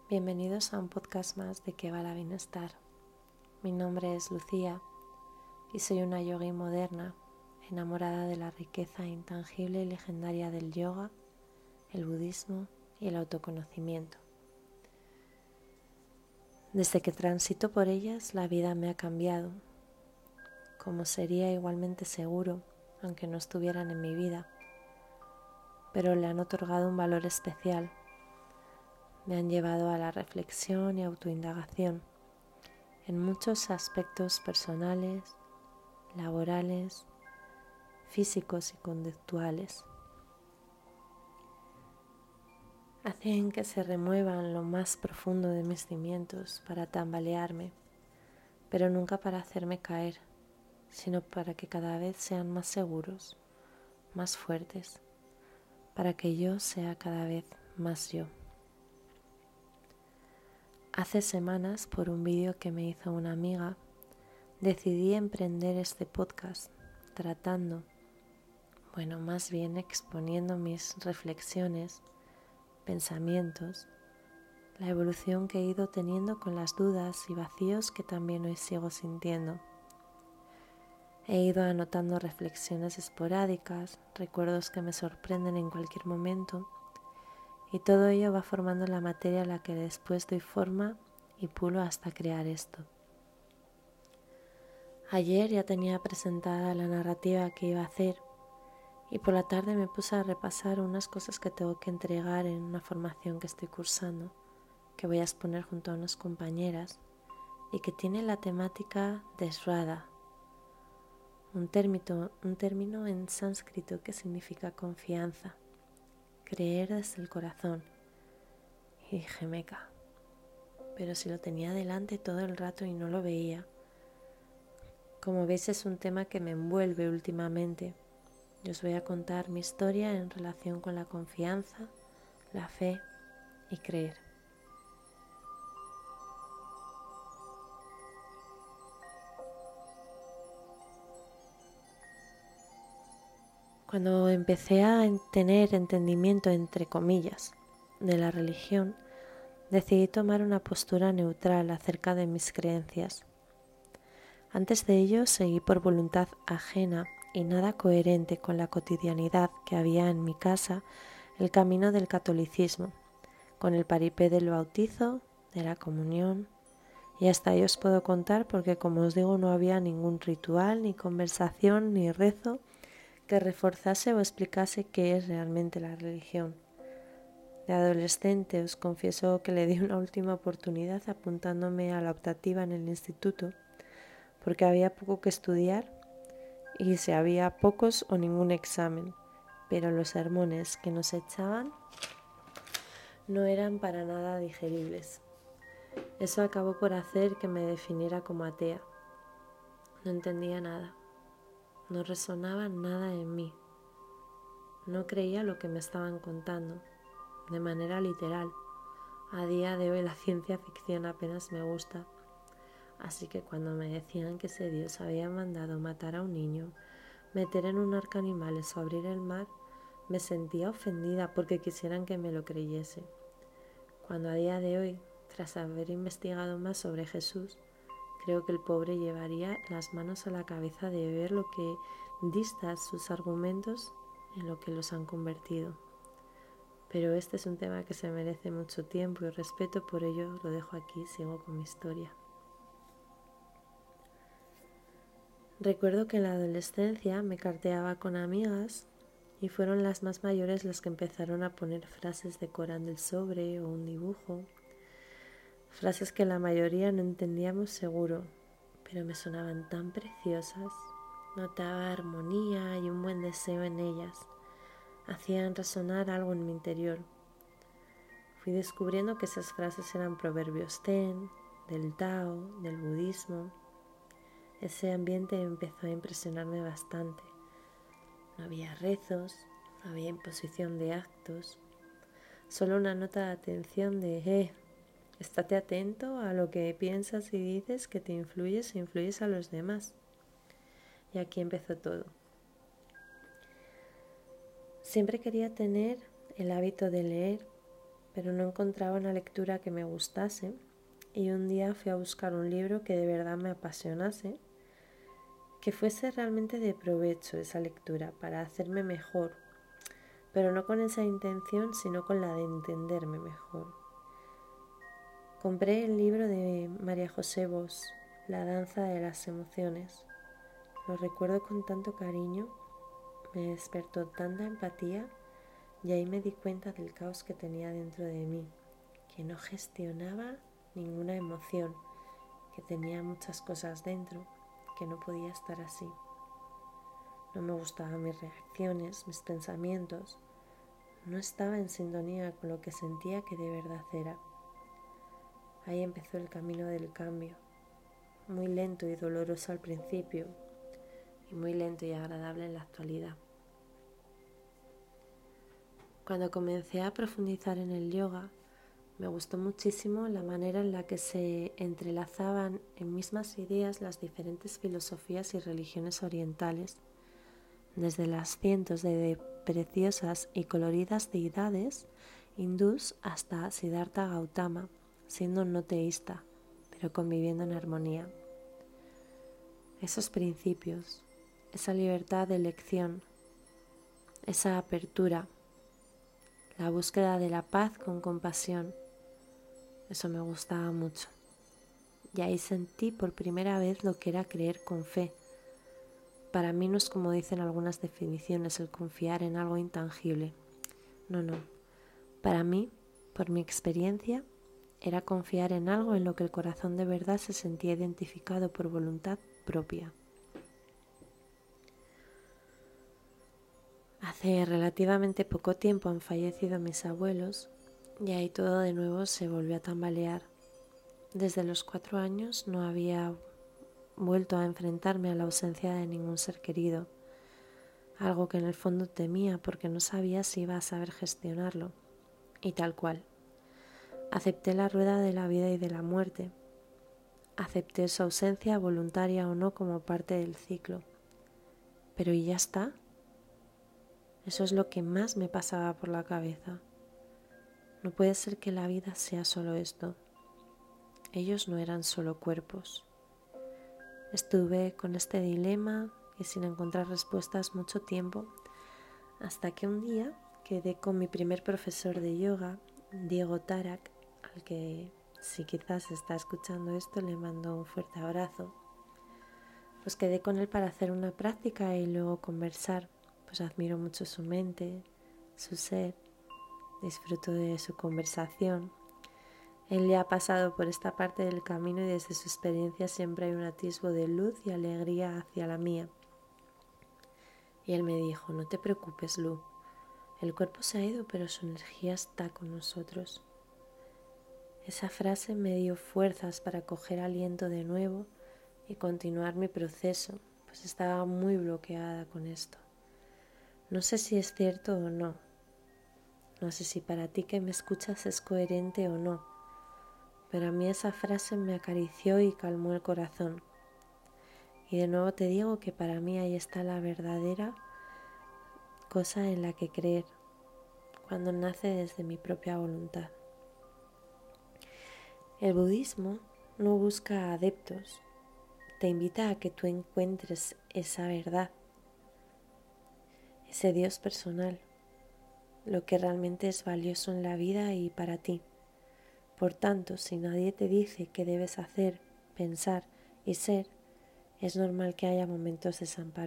Bienvenidos a un podcast más de ¿Qué va la bienestar? Mi nombre es Lucía y soy una yogui moderna, enamorada de la riqueza intangible y legendaria del yoga, el budismo y el autoconocimiento. Desde que transito por ellas, la vida me ha cambiado, como sería igualmente seguro, aunque no estuvieran en mi vida, pero le han otorgado un valor especial. Me han llevado a la reflexión y autoindagación en muchos aspectos personales, laborales, físicos y conductuales. Hacen que se remuevan lo más profundo de mis cimientos para tambalearme, pero nunca para hacerme caer, sino para que cada vez sean más seguros, más fuertes, para que yo sea cada vez más yo. Hace semanas, por un vídeo que me hizo una amiga, decidí emprender este podcast más bien exponiendo mis reflexiones, pensamientos, la evolución que he ido teniendo con las dudas y vacíos que también hoy sigo sintiendo. He ido anotando reflexiones esporádicas, recuerdos que me sorprenden en cualquier momento, y todo ello va formando la materia a la que después doy forma y pulo hasta crear esto. Ayer ya tenía presentada la narrativa que iba a hacer y por la tarde me puse a repasar unas cosas que tengo que entregar en una formación que estoy cursando, que voy a exponer junto a unas compañeras y que tiene la temática de Shraddha, un término en sánscrito que significa confianza, creer desde el corazón. Y dije, meca, pero si lo tenía delante todo el rato y no lo veía. Como veis, es un tema que me envuelve últimamente. Y os voy a contar mi historia en relación con la confianza, la fe y creer. Cuando empecé a tener entendimiento, entre comillas, de la religión, decidí tomar una postura neutral acerca de mis creencias. Antes de ello, seguí por voluntad ajena y nada coherente con la cotidianidad que había en mi casa el camino del catolicismo, con el paripé del bautizo, de la comunión, y hasta ahí os puedo contar porque, como os digo, no había ningún ritual, ni conversación, ni rezo que reforzase o explicase qué es realmente la religión. De adolescente os confieso que le di una última oportunidad apuntándome a la optativa en el instituto, porque había poco que estudiar y si había pocos o ningún examen, pero los sermones que nos echaban no eran para nada digeribles. Eso acabó por hacer que me definiera como atea. No entendía nada, no resonaba nada en mí, no creía lo que me estaban contando, de manera literal. A día de hoy la ciencia ficción apenas me gusta, así que cuando me decían que ese Dios había mandado matar a un niño, meter en un arca animales o abrir el mar, me sentía ofendida porque quisieran que me lo creyese. Cuando a día de hoy, tras haber investigado más sobre Jesús, creo que el pobre llevaría las manos a la cabeza de ver lo que dista sus argumentos en lo que los han convertido. Pero este es un tema que se merece mucho tiempo y respeto, por ello lo dejo aquí, sigo con mi historia. Recuerdo que en la adolescencia me carteaba con amigas y fueron las más mayores las que empezaron a poner frases decorando el sobre o un dibujo, frases que la mayoría no entendíamos seguro, pero me sonaban tan preciosas. Notaba armonía y un buen deseo en ellas, hacían resonar algo en mi interior. Fui descubriendo que esas frases eran proverbios Zen, del Tao, del budismo. Ese ambiente empezó a impresionarme bastante. No había rezos, no había imposición de actos, solo una nota de atención de estate atento a lo que piensas y dices, que te influyes e influyes a los demás. Y aquí empezó todo. Siempre quería tener el hábito de leer, pero no encontraba una lectura que me gustase y un día fui a buscar un libro que de verdad me apasionase, que fuese realmente de provecho esa lectura para hacerme mejor, pero no con esa intención, sino con la de entenderme mejor. Compré el libro de María José Bosch, La danza de las emociones. Lo recuerdo con tanto cariño, me despertó tanta empatía y ahí me di cuenta del caos que tenía dentro de mí, que no gestionaba ninguna emoción, que tenía muchas cosas dentro, que no podía estar así. No me gustaban mis reacciones, mis pensamientos. No estaba en sintonía con lo que sentía que de verdad era. Ahí empezó el camino del cambio, muy lento y doloroso al principio, y muy lento y agradable en la actualidad. Cuando comencé a profundizar en el yoga, me gustó muchísimo la manera en la que se entrelazaban en mismas ideas las diferentes filosofías y religiones orientales, desde las cientos de preciosas y coloridas deidades hindús hasta Siddhartha Gautama, siendo no teísta, pero conviviendo en armonía. Esos principios, esa libertad de elección, esa apertura, la búsqueda de la paz con compasión, eso me gustaba mucho. Y ahí sentí por primera vez lo que era creer con fe. Para mí no es como dicen algunas definiciones el confiar en algo intangible. No. Para mí, por mi experiencia, era confiar en algo en lo que el corazón de verdad se sentía identificado por voluntad propia. Hace relativamente poco tiempo han fallecido mis abuelos y ahí todo de nuevo se volvió a tambalear. Desde los 4 años no había vuelto a enfrentarme a la ausencia de ningún ser querido, algo que en el fondo temía porque no sabía si iba a saber gestionarlo, y tal cual. Acepté la rueda de la vida y de la muerte, acepté su ausencia voluntaria o no como parte del ciclo, pero ¿y ya está? Eso es lo que más me pasaba por la cabeza. No puede ser que la vida sea solo esto. Ellos no eran solo cuerpos. Estuve con este dilema y sin encontrar respuestas mucho tiempo, hasta que un día quedé con mi primer profesor de yoga, Diego Tarak, al que si quizás está escuchando esto le mando un fuerte abrazo. Pues quedé con él para hacer una práctica y luego conversar, pues admiro mucho su mente, su ser, disfruto de su conversación. Él ya ha pasado por esta parte del camino y desde su experiencia siempre hay un atisbo de luz y alegría hacia la mía. Y él me dijo, no te preocupes, Lu, el cuerpo se ha ido pero su energía está con nosotros. Esa frase me dio fuerzas para coger aliento de nuevo y continuar mi proceso, pues estaba muy bloqueada con esto. No sé si es cierto o no. No sé si para ti que me escuchas es coherente o no, pero a mí esa frase me acarició y calmó el corazón. Y de nuevo te digo que para mí ahí está la verdadera cosa en la que creer, cuando nace desde mi propia voluntad. El budismo no busca adeptos, te invita a que tú encuentres esa verdad, ese Dios personal, lo que realmente es valioso en la vida y para ti. Por tanto, si nadie te dice qué debes hacer, pensar y ser, es normal que haya momentos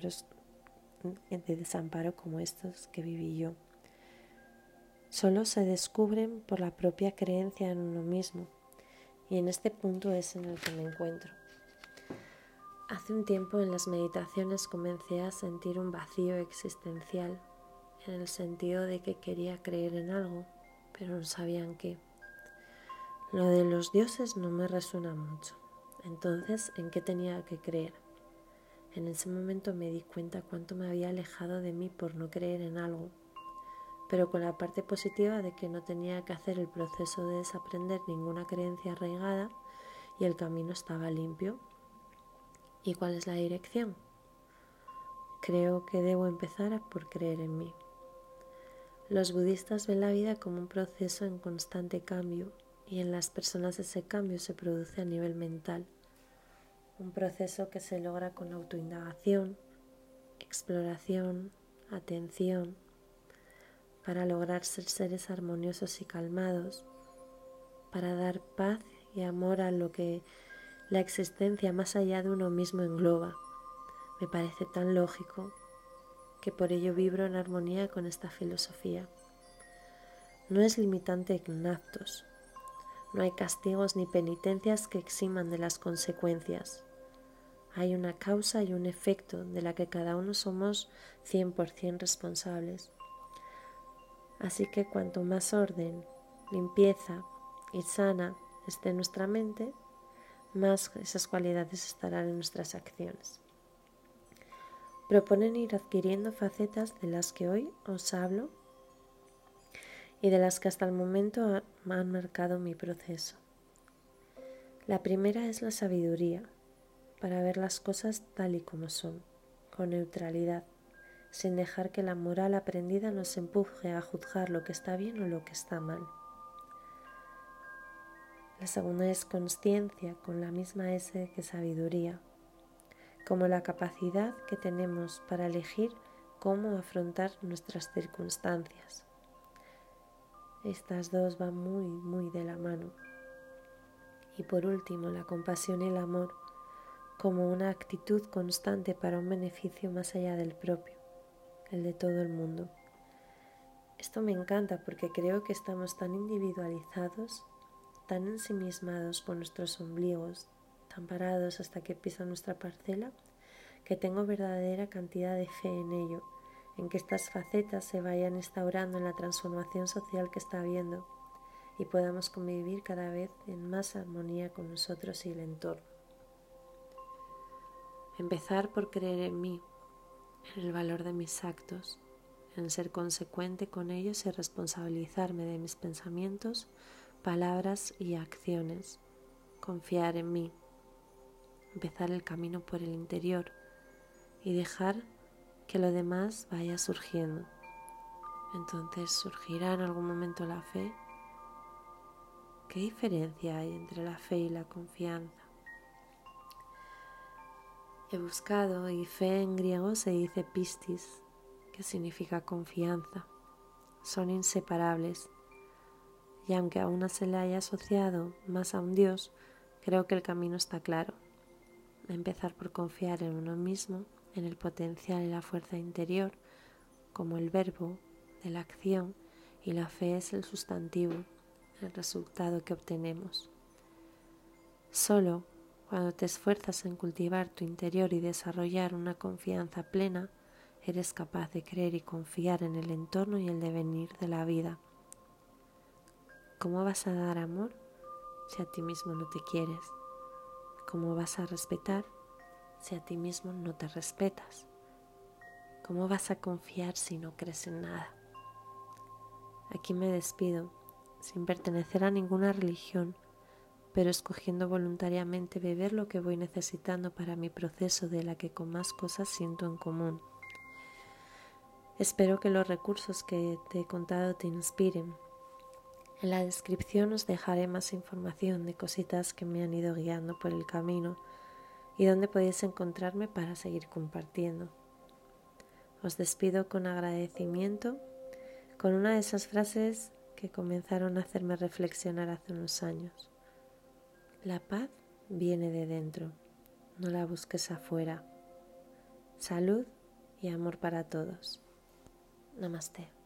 de desamparo como estos que viví yo. Solo se descubren por la propia creencia en uno mismo, y en este punto es en el que me encuentro. Hace un tiempo en las meditaciones comencé a sentir un vacío existencial, en el sentido de que quería creer en algo, pero no sabía en qué. Lo de los dioses no me resuena mucho. Entonces, ¿en qué tenía que creer? En ese momento me di cuenta cuánto me había alejado de mí por no creer en algo, pero con la parte positiva de que no tenía que hacer el proceso de desaprender ninguna creencia arraigada y el camino estaba limpio. ¿Y cuál es la dirección? Creo que debo empezar por creer en mí. Los budistas ven la vida como un proceso en constante cambio y en las personas ese cambio se produce a nivel mental, un proceso que se logra con autoindagación, exploración, atención, para lograr ser seres armoniosos y calmados, para dar paz y amor a lo que la existencia más allá de uno mismo engloba. Me parece tan lógico que por ello vibro en armonía con esta filosofía. No es limitante en actos, no hay castigos ni penitencias que eximan de las consecuencias. Hay una causa y un efecto de la que cada uno somos 100% responsables. Así que cuanto más orden, limpieza y sana esté en nuestra mente, más esas cualidades estarán en nuestras acciones. Proponen ir adquiriendo facetas de las que hoy os hablo y de las que hasta el momento han marcado mi proceso. La primera es la sabiduría, para ver las cosas tal y como son, con neutralidad, sin dejar que la moral aprendida nos empuje a juzgar lo que está bien o lo que está mal. La segunda es consciencia, con la misma S que sabiduría, como la capacidad que tenemos para elegir cómo afrontar nuestras circunstancias. Estas dos van muy de la mano. Y por último, la compasión y el amor, como una actitud constante para un beneficio más allá del propio, el de todo el mundo. Esto me encanta porque creo que estamos tan individualizados, tan ensimismados con nuestros ombligos, tan parados hasta que pisan nuestra parcela, que tengo verdadera cantidad de fe en ello, en que estas facetas se vayan instaurando en la transformación social que está habiendo y podamos convivir cada vez en más armonía con nosotros y el entorno. Empezar por creer en mí, en el valor de mis actos, en ser consecuente con ellos y responsabilizarme de mis pensamientos, palabras y acciones. Confiar en mí, empezar el camino por el interior y dejar que lo demás vaya surgiendo. Entonces surgirá en algún momento la fe. ¿Qué diferencia hay entre la fe y la confianza? He buscado y fe en griego se dice pistis, que significa confianza. Son inseparables y aunque a una se le haya asociado más a un Dios, creo que el camino está claro. Empezar por confiar en uno mismo, en el potencial y la fuerza interior, como el verbo de la acción, y la fe es el sustantivo, el resultado que obtenemos. Solo cuando te esfuerzas en cultivar tu interior y desarrollar una confianza plena, eres capaz de creer y confiar en el entorno y el devenir de la vida. ¿Cómo vas a dar amor si a ti mismo no te quieres? ¿Cómo vas a respetar si a ti mismo no te respetas? ¿Cómo vas a confiar si no crees en nada? Aquí me despido, sin pertenecer a ninguna religión, pero escogiendo voluntariamente beber lo que voy necesitando para mi proceso de la que con más cosas siento en común. Espero que los recursos que te he contado te inspiren. En la descripción os dejaré más información de cositas que me han ido guiando por el camino y dónde podéis encontrarme para seguir compartiendo. Os despido con agradecimiento, con una de esas frases que comenzaron a hacerme reflexionar hace unos años. La paz viene de dentro, no la busques afuera. Salud y amor para todos. Namaste.